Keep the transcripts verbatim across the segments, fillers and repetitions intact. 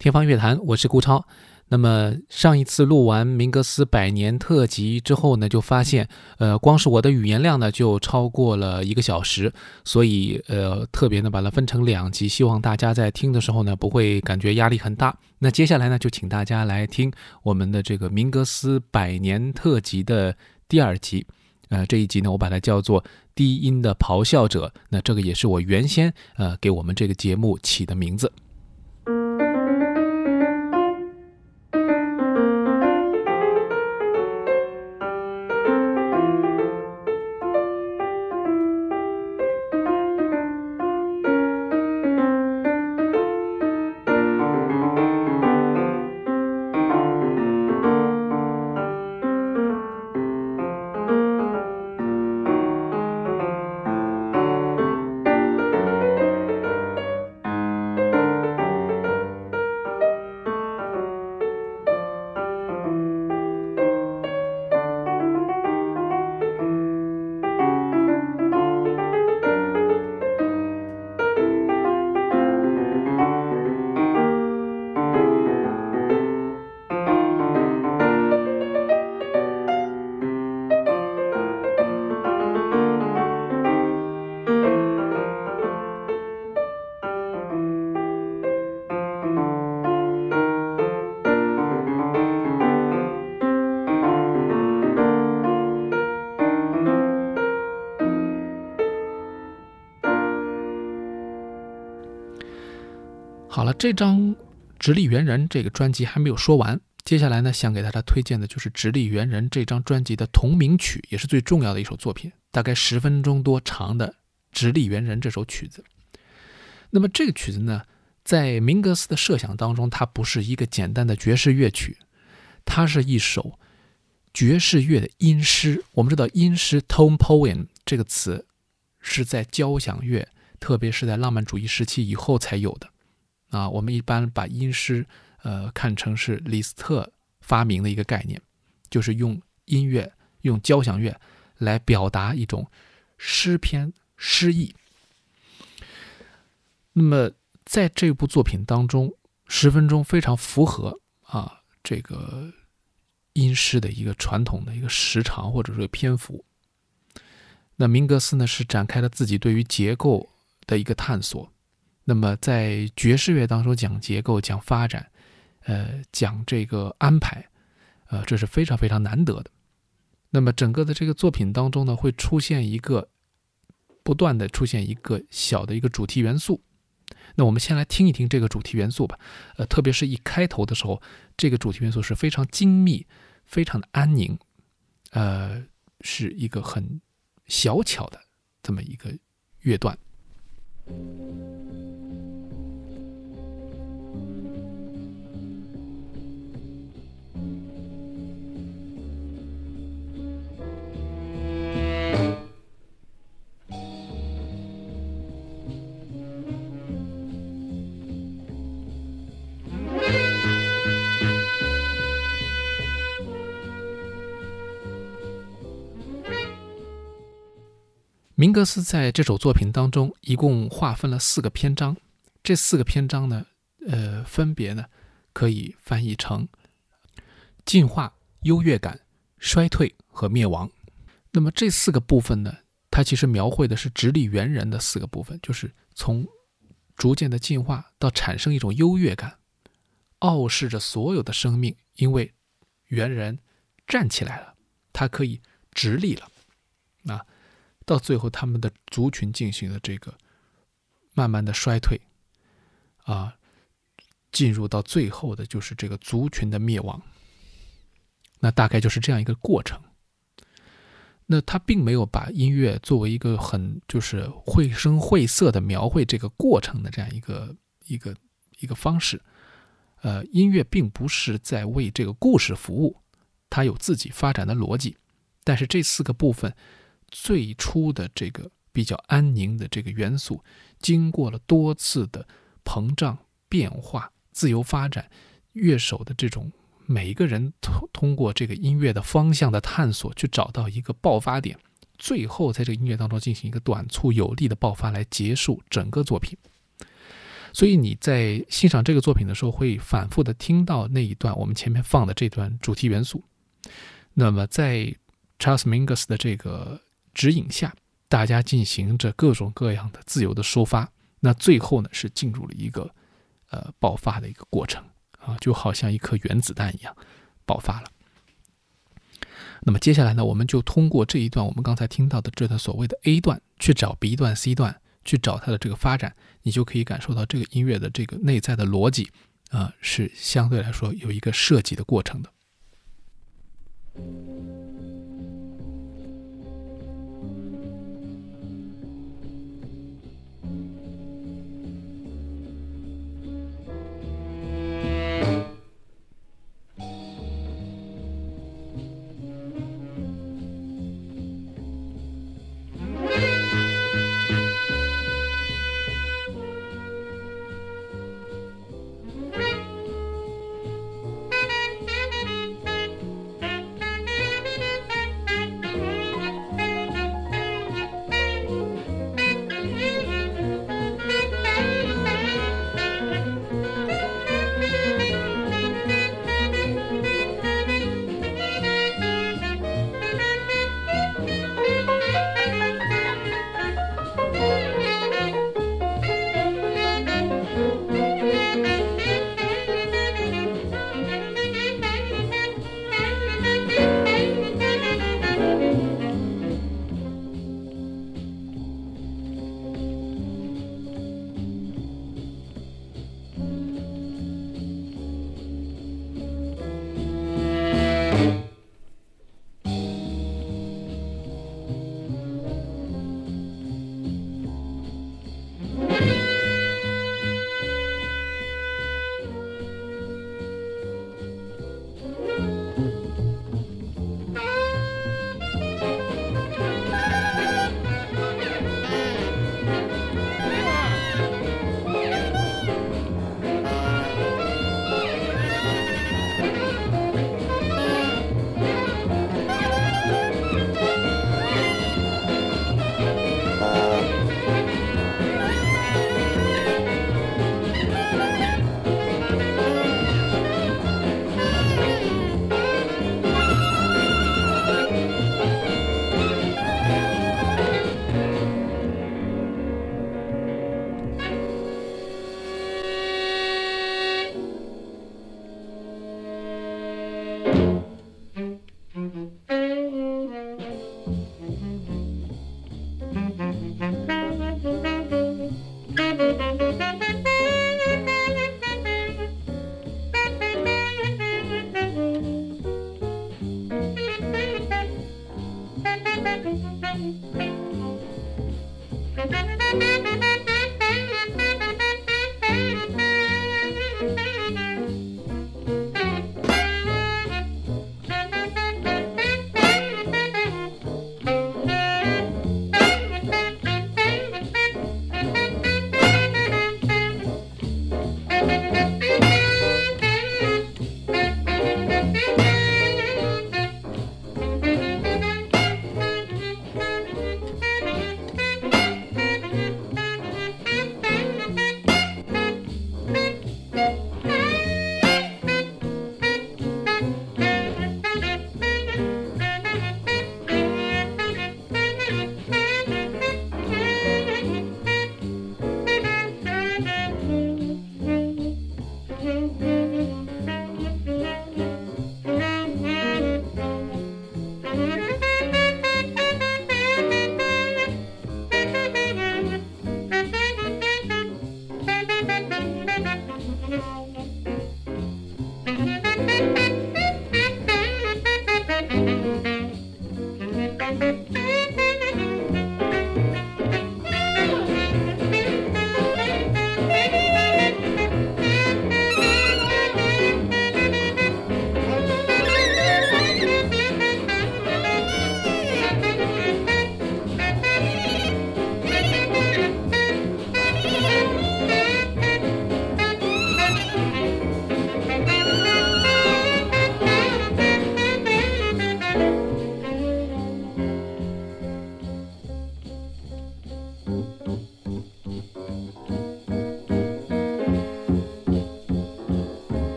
天方乐坛，我是顾超。那么上一次录完明格斯百年特辑之后呢，就发现呃，光是我的语言量呢就超过了一个小时，所以呃，特别呢把它分成两集，希望大家在听的时候呢不会感觉压力很大。那接下来呢就请大家来听我们的这个明格斯百年特辑的第二集。呃，这一集呢我把它叫做低音的咆哮者，那这个也是我原先呃给我们这个节目起的名字。好了，这张直立猿人这个专辑还没有说完，接下来呢想给大家推荐的就是直立猿人这张专辑的同名曲，也是最重要的一首作品，大概十分钟多长的直立猿人这首曲子。那么这个曲子呢，在明格斯的设想当中，它不是一个简单的爵士乐曲，它是一首爵士乐的音诗。我们知道音诗 tone poem 这个词是在交响乐，特别是在浪漫主义时期以后才有的啊，我们一般把音诗呃看成是李斯特发明的一个概念，就是用音乐用交响乐来表达一种诗篇诗意。那么在这部作品当中，十分钟非常符合啊这个音诗的一个传统的一个时长或者说篇幅。那明格斯呢是展开了自己对于结构的一个探索。那么在爵士乐当中讲结构讲发展呃，讲这个安排呃，这是非常非常难得的。那么整个的这个作品当中呢，会出现一个不断的出现一个小的一个主题元素。那我们先来听一听这个主题元素吧。呃，特别是一开头的时候，这个主题元素是非常精密非常的安宁，呃，是一个很小巧的这么一个乐段。明格斯在这首作品当中一共划分了四个篇章，这四个篇章呢，呃，分别呢可以翻译成进化、优越感、衰退和灭亡。那么这四个部分呢，它其实描绘的是直立猿人的四个部分，就是从逐渐的进化到产生一种优越感，傲视着所有的生命，因为猿人站起来了，他可以直立了啊。到最后他们的族群进行了这个慢慢的衰退啊，进入到最后的就是这个族群的灭亡。那大概就是这样一个过程。那他并没有把音乐作为一个很就是绘声绘色的描绘这个过程的这样一个一个一个方式。呃，音乐并不是在为这个故事服务，它有自己发展的逻辑。但是这四个部分最初的这个比较安宁的这个元素，经过了多次的膨胀、变化、自由发展，乐手的这种每一个人通过这个音乐的方向的探索，去找到一个爆发点，最后在这个音乐当中进行一个短促有力的爆发，来结束整个作品。 所以你在欣赏这个作品的时候，会反复的听到那一段我们前面放的这段主题元素。那么在 Charles Mingus 的这个指引下，大家进行着各种各样的自由的抒发，那最后呢是进入了一个呃爆发的一个过程啊，就好像一颗原子弹一样爆发了。那么接下来呢，我们就通过这一段我们刚才听到的这段所谓的 A 段，去找 B 段 C 段，去找它的这个发展，你就可以感受到这个音乐的这个内在的逻辑啊、呃，是相对来说有一个设计的过程的。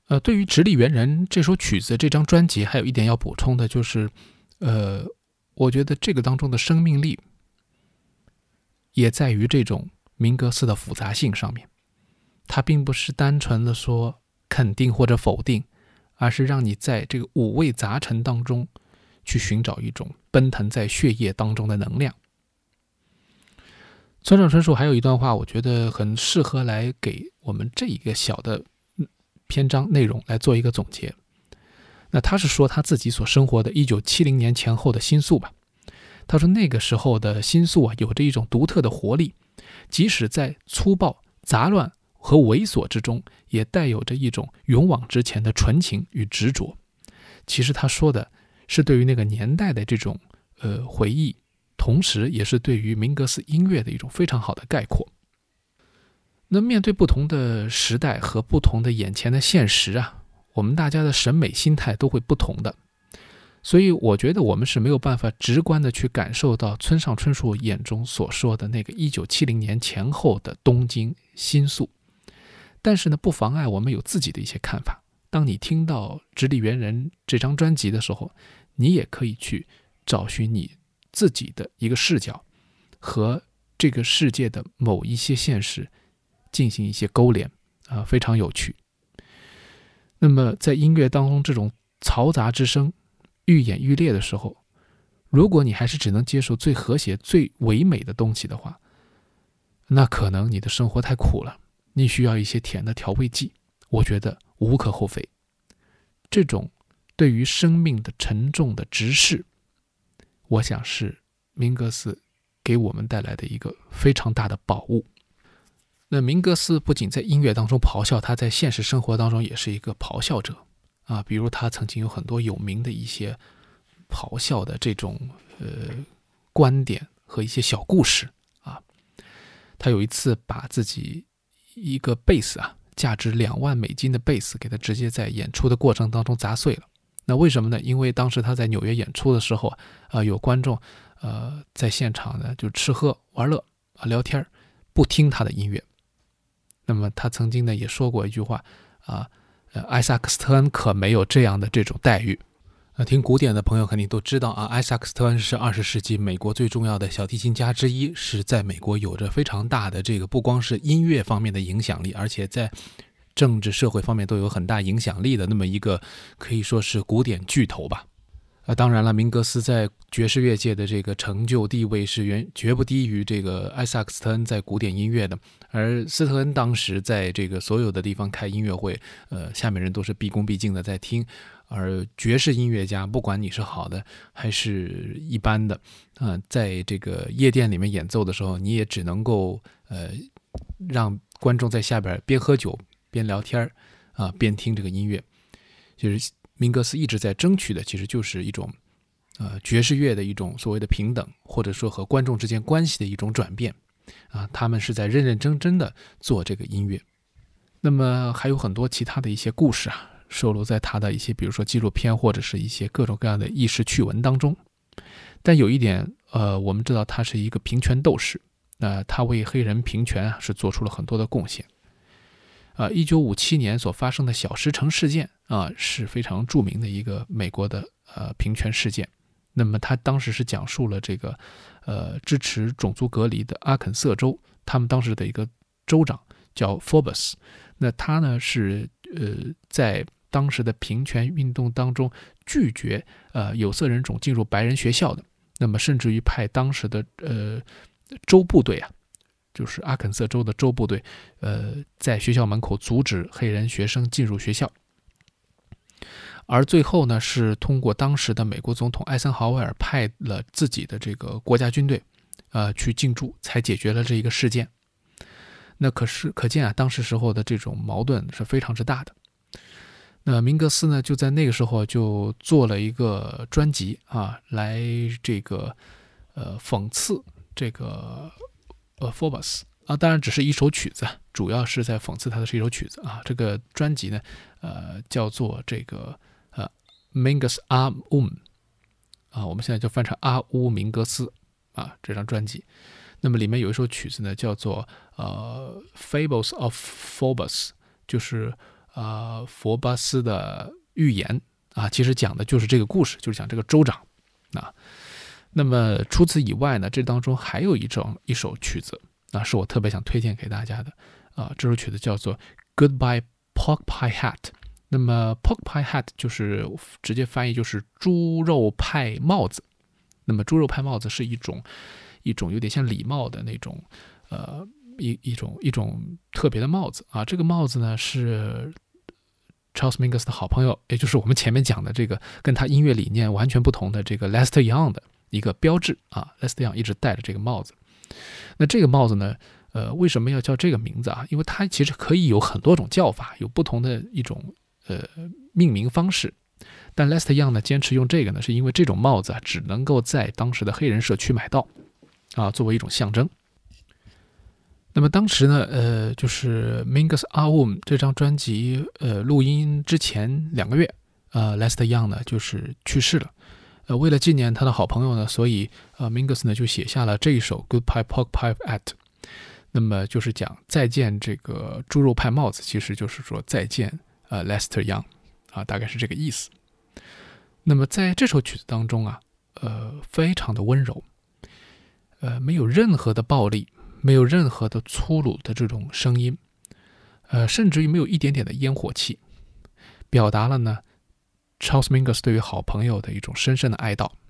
呃，对于《直立猿人》这首曲子这张专辑，还有一点要补充的就是，呃，我觉得这个当中的生命力也在于这种民歌斯的复杂性上面。它并不是单纯的说肯定或者否定，而是让你在这个五味杂陈当中去寻找一种奔腾在血液当中的能量。村上春树还有一段话，我觉得很适合来给我们这一个小的篇章内容来做一个总结。那他是说他自己所生活的一九七零年前后的新宿吧。他说那个时候的新宿啊，有着一种独特的活力，即使在粗暴、杂乱和猥琐之中，也带有着一种勇往直前的纯情与执着。其实他说的是对于那个年代的这种呃回忆，同时也是对于民歌斯音乐的一种非常好的概括。那面对不同的时代和不同的眼前的现实啊，我们大家的审美心态都会不同的，所以我觉得我们是没有办法直观的去感受到村上春树眼中所说的那个一九七零年前后的东京新宿。但是呢，不妨碍我们有自己的一些看法。当你听到《直立猿人》这张专辑的时候，你也可以去找寻你自己的一个视角，和这个世界的某一些现实进行一些勾连啊，非常有趣。那么在音乐当中这种嘈杂之声愈演愈烈的时候，如果你还是只能接受最和谐最唯美的东西的话，那可能你的生活太苦了，你需要一些甜的调味剂，我觉得无可厚非。这种对于生命的沉重的直视，我想是民歌斯给我们带来的一个非常大的宝物。那民歌斯不仅在音乐当中咆哮，他在现实生活当中也是一个咆哮者啊。比如他曾经有很多有名的一些咆哮的这种呃观点和一些小故事啊。他有一次把自己一个贝斯啊，价值两万美金的贝斯，给他直接在演出的过程当中砸碎了。那为什么呢？因为当时他在纽约演出的时候啊、呃，有观众呃在现场呢就吃喝玩乐啊聊天，不听他的音乐。那么他曾经呢也说过一句话啊，呃，艾萨克斯特恩可没有这样的这种待遇。那听古典的朋友肯定都知道啊，艾萨克斯特恩是二十世纪美国最重要的小提琴家之一，是在美国有着非常大的这个不光是音乐方面的影响力，而且在政治社会方面都有很大影响力的那么一个可以说是古典巨头吧。啊，当然了，民歌斯在爵士乐界的这个成就地位是远绝不低于这个艾萨克斯特恩在古典音乐的。而斯特恩当时在这个所有的地方开音乐会，呃，下面人都是毕恭毕敬的在听。而爵士音乐家，不管你是好的还是一般的，啊、呃，在这个夜店里面演奏的时候，你也只能够呃让观众在下边边喝酒边聊天啊、呃，边听这个音乐。就是民歌斯一直在争取的，其实就是一种呃爵士乐的一种所谓的平等，或者说和观众之间关系的一种转变啊。他们是在认认真真的做这个音乐。那么还有很多其他的一些故事啊，收录在他的一些比如说纪录片或者是一些各种各样的轶事趣闻当中。但有一点呃，我们知道他是一个平权斗士，呃，他为黑人平权啊是做出了很多的贡献。呃，一九五七年所发生的小石城事件啊，是非常著名的一个美国的呃平权事件。那么他当时是讲述了这个呃支持种族隔离的阿肯色州，他们当时的一个州长叫 Forbes。那他呢是呃在当时的平权运动当中拒绝呃有色人种进入白人学校的，那么甚至于派当时的呃州部队啊。就是阿肯色州的州部队，呃，在学校门口阻止黑人学生进入学校，而最后呢，是通过当时的美国总统艾森豪威尔派了自己的这个国家军队，呃，去进驻，才解决了这一个事件。那可是可见啊，当时时候的这种矛盾是非常之大的。那民歌斯呢，就在那个时候就做了一个专辑啊，来这个呃讽刺这个。呃 Forbes 啊，当然只是一首曲子，主要是在讽刺他的是一首曲子啊。这个专辑呢，呃，叫做这个呃 Mingus Ah Um 啊，我们现在就翻成阿乌民歌斯啊这张专辑。那么里面有一首曲子呢，叫做呃 Fables of Forbes， 就是呃佛巴斯的寓言啊，其实讲的就是这个故事，就是讲这个州长啊。那么除此以外呢，这当中还有一种一首曲子啊，是我特别想推荐给大家的啊。这首曲子叫做 Goodbye Pork Pie Hat。那么 Pork Pie Hat 就是直接翻译就是猪肉派帽子。那么猪肉派帽子是一种一种有点像礼帽的那种呃一一种一种特别的帽子啊。这个帽子呢是 Charles Mingus 的好朋友，也就是我们前面讲的这个跟他音乐理念完全不同的这个 Lester Young 的一个标志啊。 Lester Young 一直戴着这个帽子。那这个帽子呢呃为什么要叫这个名字啊？因为它其实可以有很多种叫法，有不同的一种呃命名方式。但 Lester Young 呢坚持用这个呢，是因为这种帽子啊只能够在当时的黑人社区买到啊，作为一种象征。那么当时呢呃就是 Mingus Album 这张专辑呃录音之前两个月呃 Lester Young 呢就是去世了。呃为了纪念他的好朋友呢，所以呃 Mingus 呢就写下了这一首 Goodbye Pork Pie Hat。那么就是讲再见这个猪肉派帽子，其实就是说再见呃 Lester Young 啊，大概是这个意思。那么在这首曲子当中啊呃非常的温柔，呃没有任何的暴力，没有任何的粗鲁的这种声音，呃甚至于没有一点点的烟火气，表达了呢 Charles Mingus 对于好朋友的一种深深的哀悼。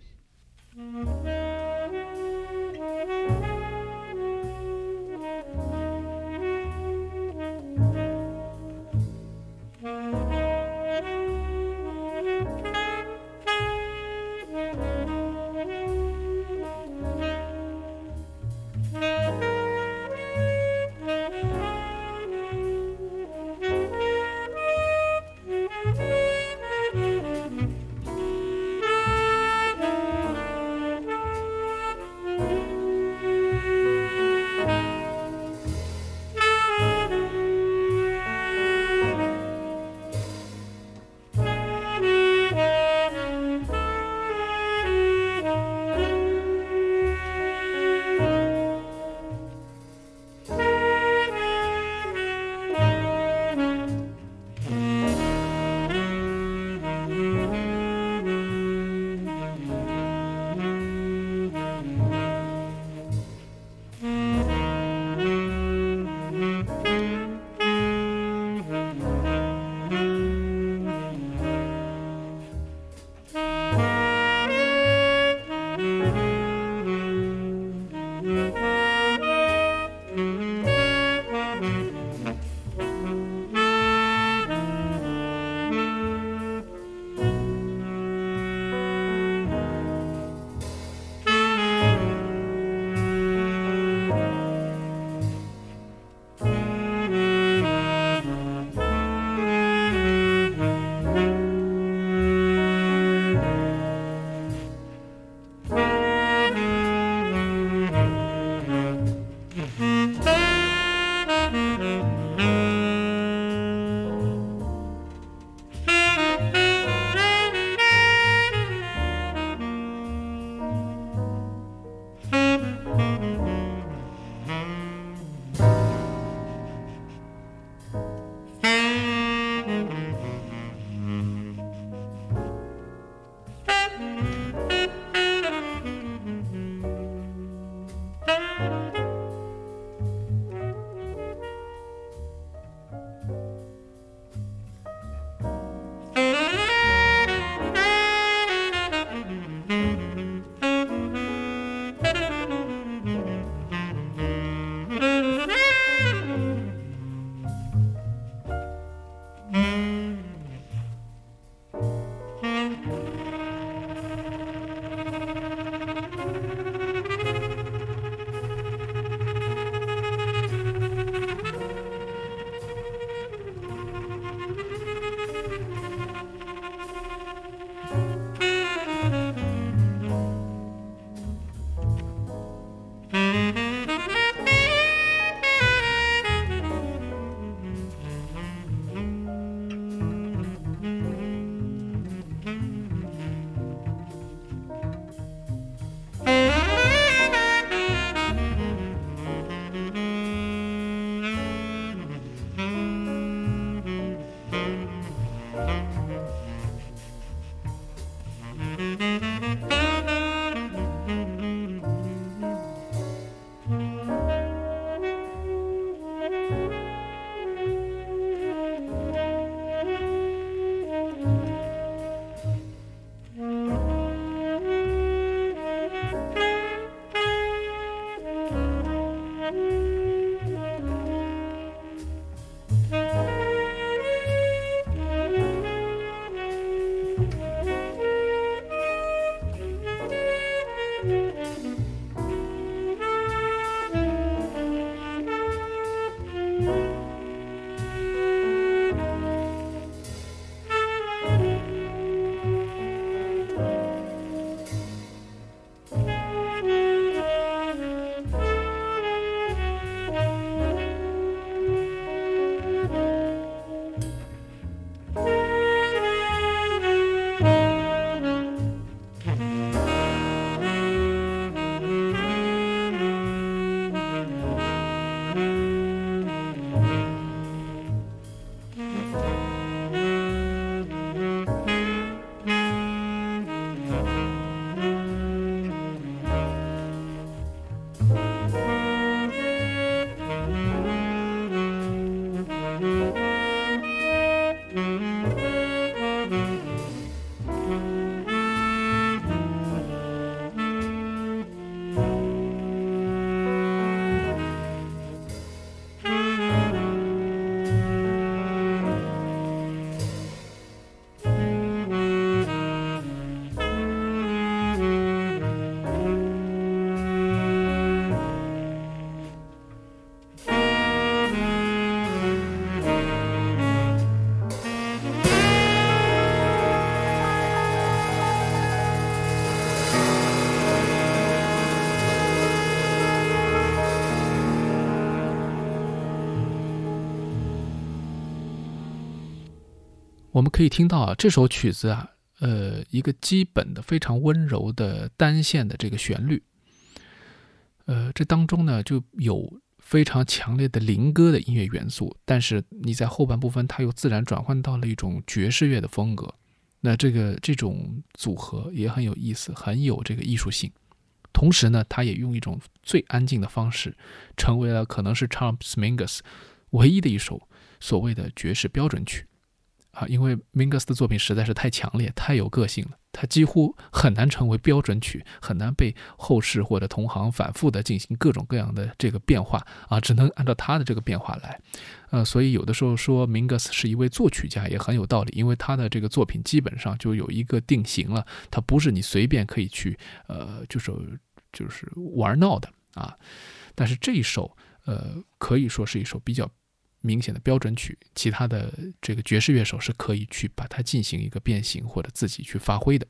我们可以听到啊，这首曲子啊，呃，一个基本的非常温柔的单线的这个旋律，呃，这当中呢就有非常强烈的灵歌的音乐元素，但是你在后半部分它又自然转换到了一种爵士乐的风格，那这个这种组合也很有意思，很有这个艺术性。同时呢，他也用一种最安静的方式，成为了可能是 Charles Mingus 唯一的一首所谓的爵士标准曲啊，因为 Mingus 的作品实在是太强烈、太有个性了，它几乎很难成为标准曲，很难被后世或者同行反复的进行各种各样的这个变化啊，只能按照他的这个变化来。呃，所以有的时候说 Mingus 是一位作曲家也很有道理，因为他的这个作品基本上就有一个定型了，它不是你随便可以去呃，就是就是玩闹的啊。但是这一首呃，可以说是一首比较明显的标准曲，其他的这个爵士乐手是可以去把它进行一个变形或者自己去发挥的。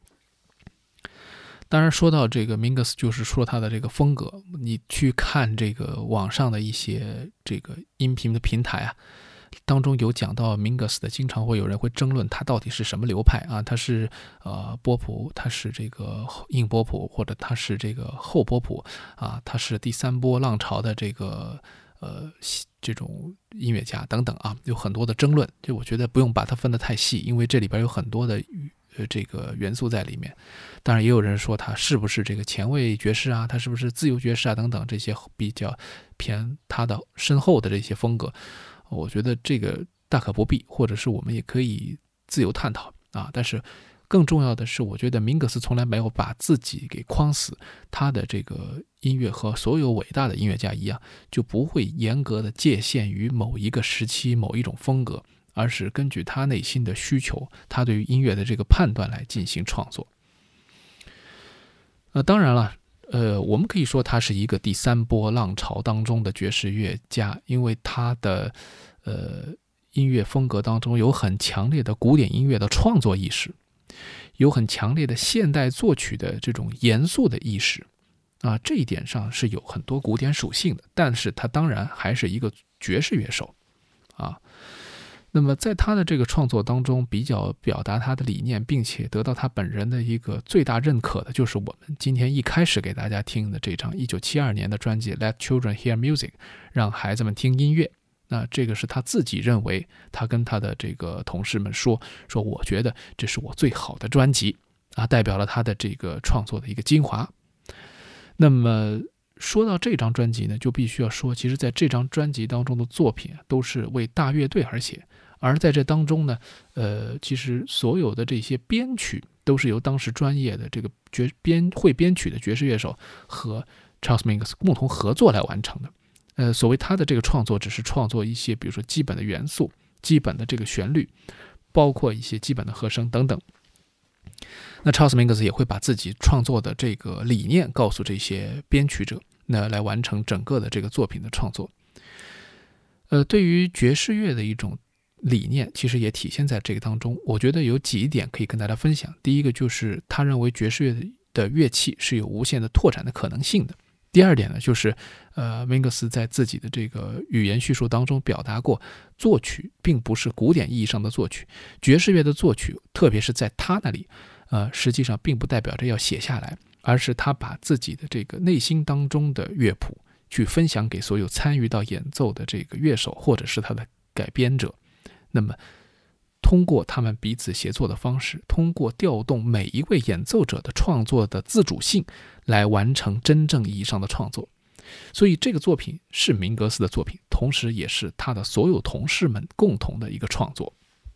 当然说到这个 Mingus， 就是说他的这个风格，你去看这个网上的一些这个音频的平台啊，当中有讲到 Mingus 的，经常会有人会争论他到底是什么流派啊，他是呃波普，他是这个硬波普，或者他是这个后波普啊，他是第三波浪潮的这个呃这种音乐家等等啊，有很多的争论。就我觉得不用把它分得太细，因为这里边有很多的呃这个元素在里面。当然也有人说他是不是这个前卫爵士啊，他是不是自由爵士啊等等，这些比较偏他的身后的这些风格，我觉得这个大可不必，或者是我们也可以自由探讨啊。但是更重要的是，我觉得明格斯从来没有把自己给框死，他的这个音乐和所有伟大的音乐家一样，就不会严格的界限于某一个时期某一种风格，而是根据他内心的需求，他对于音乐的这个判断来进行创作。呃，当然了，呃，我们可以说他是一个第三波浪潮当中的爵士乐家，因为他的呃音乐风格当中有很强烈的古典音乐的创作意识，有很强烈的现代作曲的这种严肃的意识啊，这一点上是有很多古典属性的，但是他当然还是一个爵士乐手啊。那么在他的这个创作当中，比较表达他的理念，并且得到他本人的一个最大认可的，就是我们今天一开始给大家听的这张一九七二年的专辑 Let Children Hear Music， 让孩子们听音乐。那这个是他自己认为，他跟他的这个同事们说说我觉得这是我最好的专辑啊，代表了他的这个创作的一个精华。那么说到这张专辑呢，就必须要说，其实在这张专辑当中的作品都是为大乐队而写，而在这当中呢，呃，其实所有的这些编曲都是由当时专业的这个爵编会编曲的爵士乐手和 Charles Mingus 共同合作来完成的。呃，所谓他的这个创作，只是创作一些比如说基本的元素、基本的这个旋律，包括一些基本的和声等等。那 Charles Mingus 也会把自己创作的这个理念告诉这些编曲者，那来完成整个的这个作品的创作。呃，对于爵士乐的一种理念，其实也体现在这个当中。我觉得有几点可以跟大家分享。第一个就是他认为爵士乐的乐器是有无限的拓展的可能性的。第二点呢，就是呃，明格斯在自己的这个语言叙述当中表达过，作曲并不是古典意义上的作曲，爵士乐的作曲，特别是在他那里，呃，实际上并不代表着要写下来，而是他把自己的这个内心当中的乐谱去分享给所有参与到演奏的这个乐手或者是他的改编者。那么通过他们彼此协作的方式，通过调动每一位演奏者的创作的自主性来完成真正意义上的创作。所以这个作品是明格斯的作品，同时也是他的所有同事们共同的一个创作。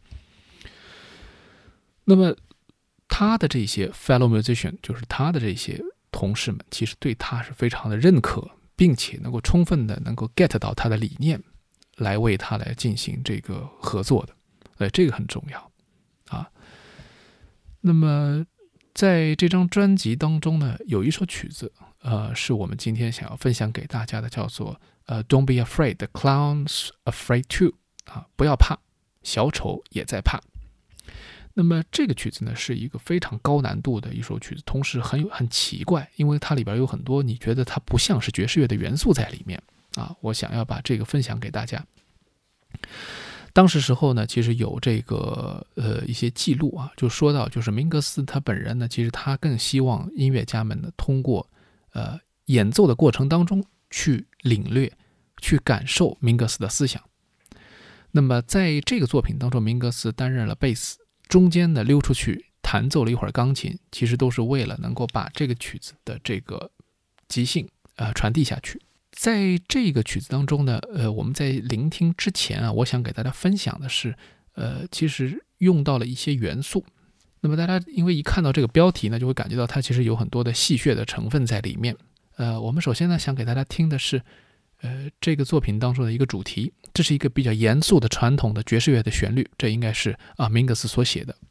那么他的这些 fellow musician， 就是他的这些同事们，其实对他是非常的认可，并且能够充分的能够 get 到他的理念，来为他来进行这个合作的。对，这个很重要啊。那么在这张专辑当中呢，有一首曲子，呃，是我们今天想要分享给大家的，叫做呃 Don't be afraid, the clown's afraid too 啊，不要怕，小丑也在怕。那么这个曲子呢，是一个非常高难度的一首曲子，同时很有很奇怪，因为它里边有很多你觉得它不像是爵士乐的元素在里面啊。我想要把这个分享给大家。当时时候呢，其实有这个呃一些记录啊，就说到就是明格斯他本人呢，其实他更希望音乐家们呢通过呃演奏的过程当中去领略、去感受明格斯的思想。那么在这个作品当中，明格斯担任了贝斯，中间呢溜出去弹奏了一会儿钢琴，其实都是为了能够把这个曲子的这个即兴呃传递下去。在这个曲子当中呢，呃，我们在聆听之前啊，我想给大家分享的是，呃，其实用到了一些元素。那么大家因为一看到这个标题呢，就会感觉到它其实有很多的戏谑的成分在里面。呃，我们首先呢想给大家听的是，呃，这个作品当中的一个主题，这是一个比较严肃的传统的爵士乐的旋律，这应该是啊明格斯所写的。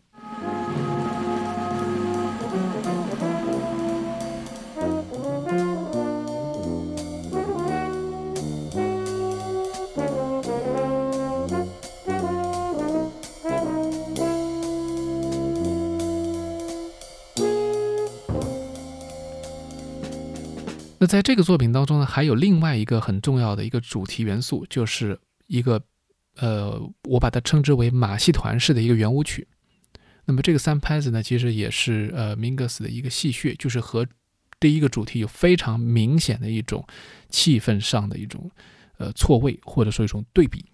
那在这个作品当中呢，还有另外一个很重要的一个主题元素，就是一个呃，我把它称之为马戏团式的一个圆舞曲。那么这个三拍子呢，其实也是呃明格斯的一个戏谑，就是和第一个主题有非常明显的一种气氛上的一种呃错位，或者说一种对比。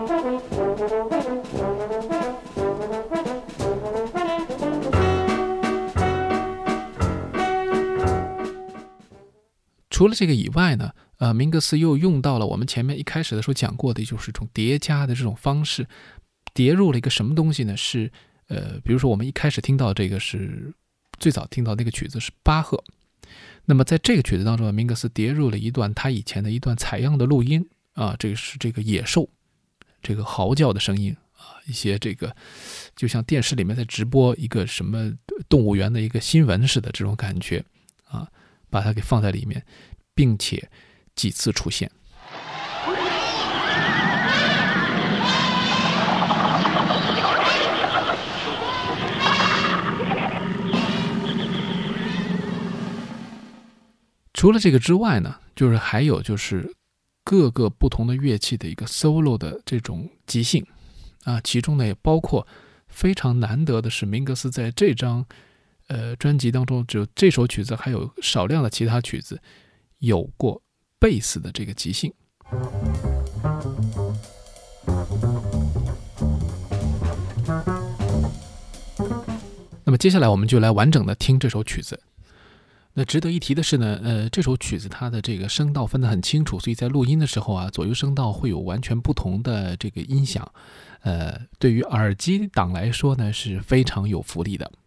除了这个以外呢，呃，明格斯又用到了我们前面一开始的时候讲过的，就是一种叠加的这种方式，叠入了一个什么东西呢？是呃，比如说我们一开始听到这个是最早听到那个曲子是巴赫，那么在这个曲子当中，明格斯叠入了一段他以前的一段采样的录音啊，这个是这个野兽这个嚎叫的声音啊，一些这个就像电视里面在直播一个什么动物园的一个新闻似的这种感觉啊。把它给放在里面，并且几次出现。除了这个之外呢，就是还有就是各个不同的乐器的一个 solo 的这种即兴啊，其中呢也包括非常难得的是明格斯在这张呃，专辑当中只有这首曲子，还有少量的其他曲子有过贝斯的这个即兴。那么接下来我们就来完整的听这首曲子。那值得一提的是呢，呃，这首曲子它的这个声道分得很清楚，所以在录音的时候啊，左右声道会有完全不同的这个音响，呃，对于耳机党来说呢是非常有福利的。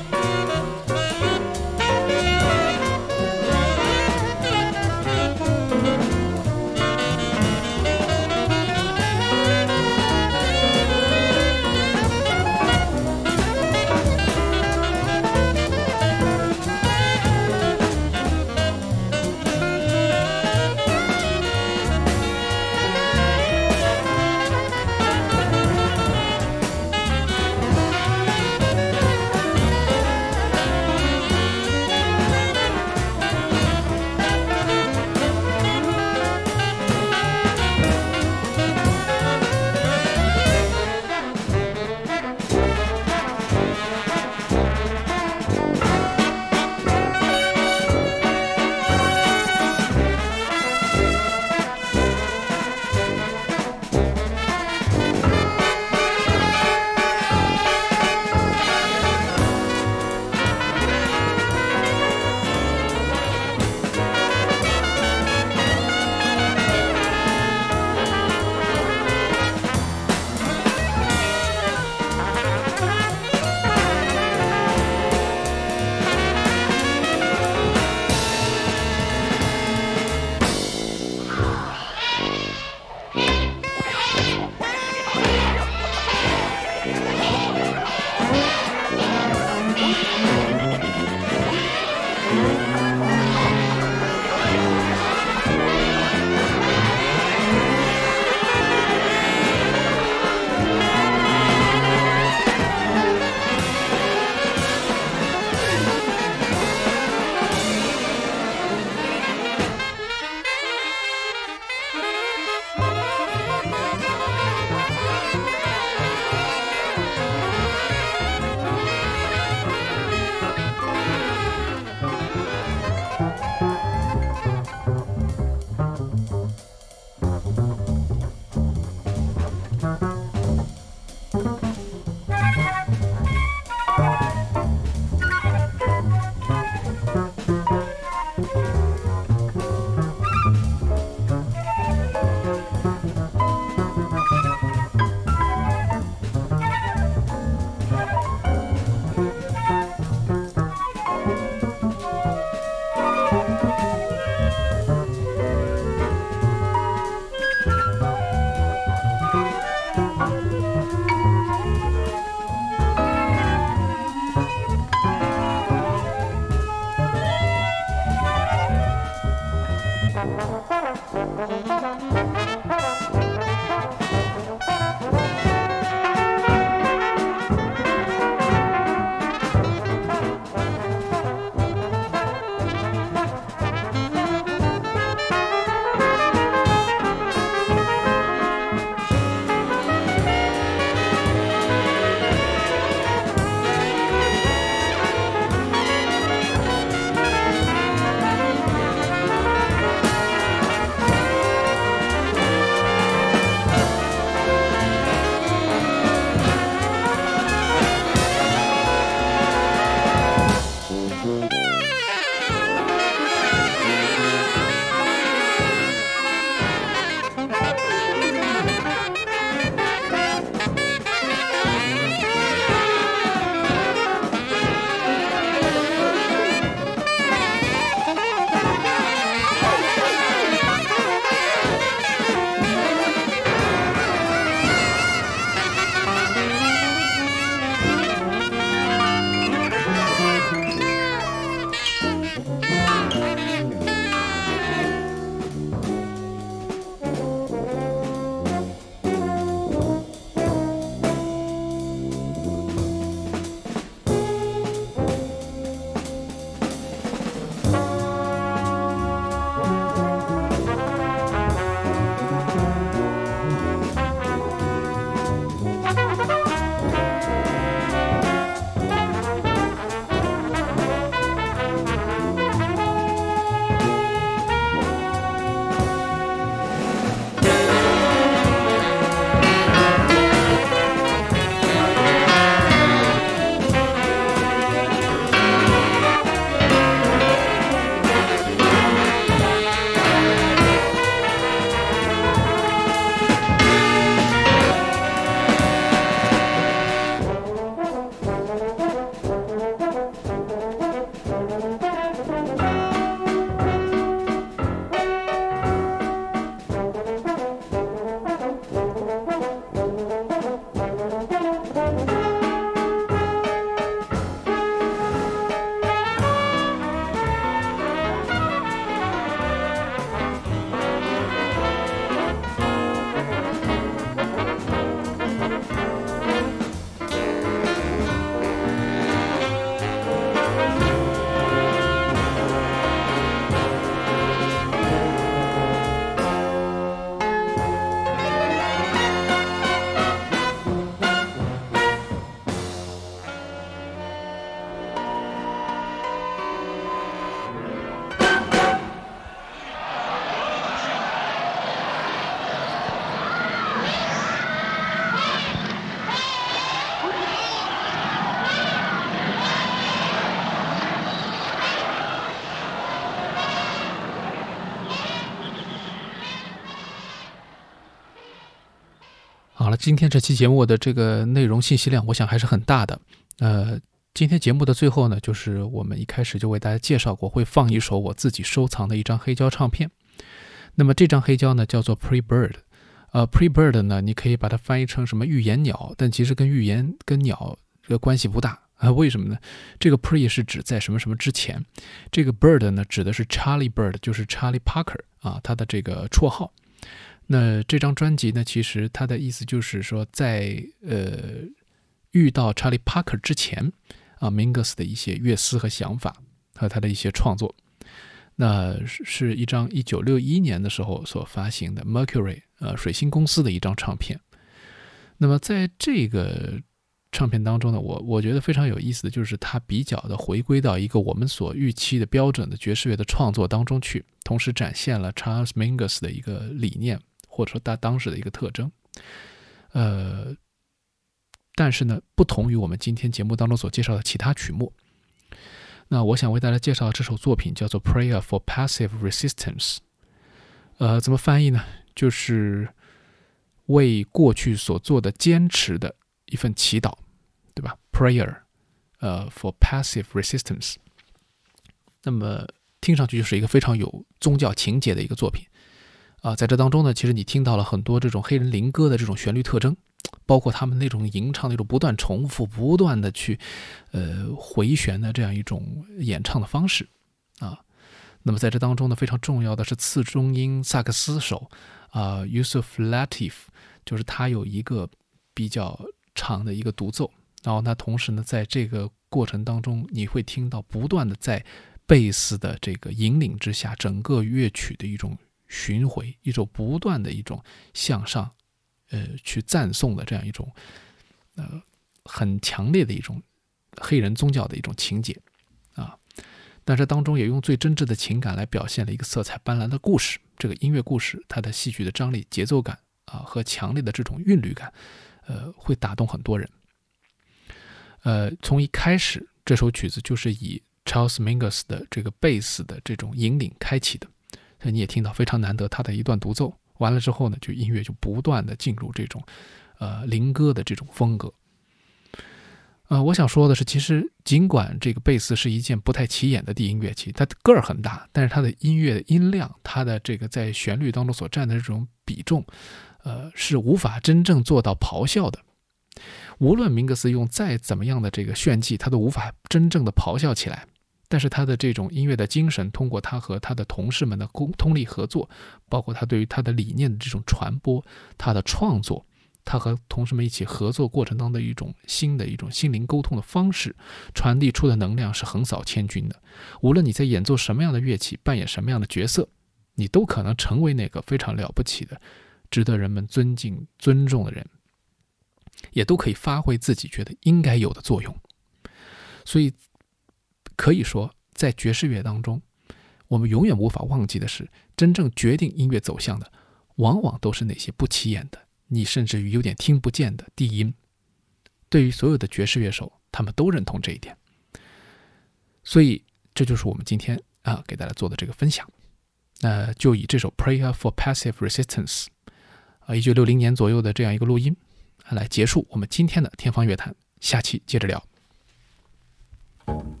好了，今天这期节目的这个内容信息量，我想还是很大的。呃，今天节目的最后呢，就是我们一开始就为大家介绍过，会放一首我自己收藏的一张黑胶唱片。那么这张黑胶呢，叫做 Pre-Bird。呃 ，Pre-Bird 呢，你可以把它翻译成什么预言鸟，但其实跟预言跟鸟这个关系不大啊。为什么呢？这个 Pre 是指在什么什么之前，这个 Bird 呢指的是 Charlie Bird， 就是 Charlie Parker 啊，他的这个绰号。那这张专辑呢，其实它的意思就是说在，呃遇到 Charlie Parker 之前啊 ，Mingus 的一些乐思和想法和他的一些创作。那是一张一九六一年的时候所发行的 Mercury 呃水星公司的一张唱片。那么在这个唱片当中呢，我我觉得非常有意思的就是它比较的回归到一个我们所预期的标准的爵士乐的创作当中去，同时展现了 Charles Mingus 的一个理念或者说他当时的一个特征。呃，但是呢，不同于我们今天节目当中所介绍的其他曲目。那我想为大家介绍这首作品叫做 Prayer for Passive Resistance。 呃，怎么翻译呢？就是为过去所做的坚持的一份祈祷，对吧？ Prayer 呃 for Passive Resistance。 那么听上去就是一个非常有宗教情节的一个作品啊、呃，在这当中呢，其实你听到了很多这种黑人灵歌的这种旋律特征，包括他们那种吟唱那种不断重复不断的去呃回旋的这样一种演唱的方式啊。那么在这当中呢，非常重要的是次中音萨克斯手啊、呃、Yusuf Lateef， 就是他有一个比较长的一个独奏，然后他同时呢在这个过程当中你会听到不断的在贝斯的这个引领之下，整个乐曲的一种巡回，一种不断的一种向上呃，去赞颂的这样一种呃很强烈的一种黑人宗教的一种情节啊，但是当中也用最真挚的情感来表现了一个色彩斑斓的故事。这个音乐故事，它的戏剧的张力、节奏感啊和强烈的这种韵律感，呃，会打动很多人。呃，从一开始，这首曲子就是以 Charles Mingus 的这个贝斯的这种引领开启的，所以你也听到非常难得他的一段独奏。完了之后呢，就音乐就不断的进入这种呃灵歌的这种风格。呃，我想说的是，其实尽管这个贝斯是一件不太起眼的低音乐器，它的个儿很大，但是它的音乐的音量，它的这个在旋律当中所占的这种比重，呃，是无法真正做到咆哮的。无论明格斯用再怎么样的这个炫技，他都无法真正的咆哮起来。但是他的这种音乐的精神，通过他和他的同事们的通力合作，包括他对于他的理念的这种传播，他的创作，他和同事们一起合作过程当中的一种新的一种心灵沟通的方式，传递出的能量是横扫千军的。无论你在演奏什么样的乐器，扮演什么样的角色，你都可能成为那个非常了不起的、值得人们尊敬尊重的人，也都可以发挥自己觉得应该有的作用。所以可以说，在爵士乐当中，我们永远无法忘记的是，真正决定音乐走向的，往往都是那些不起眼的，你甚至于有点听不见的低音。对于所有的爵士乐手，他们都认同这一点。所以这就是我们今天啊给大家做的这个分享。呃，就以这首 Prayer for Passive Resistance 啊，一九六零年左右的这样一个录音来结束我们今天的天方乐坛。下期接着聊。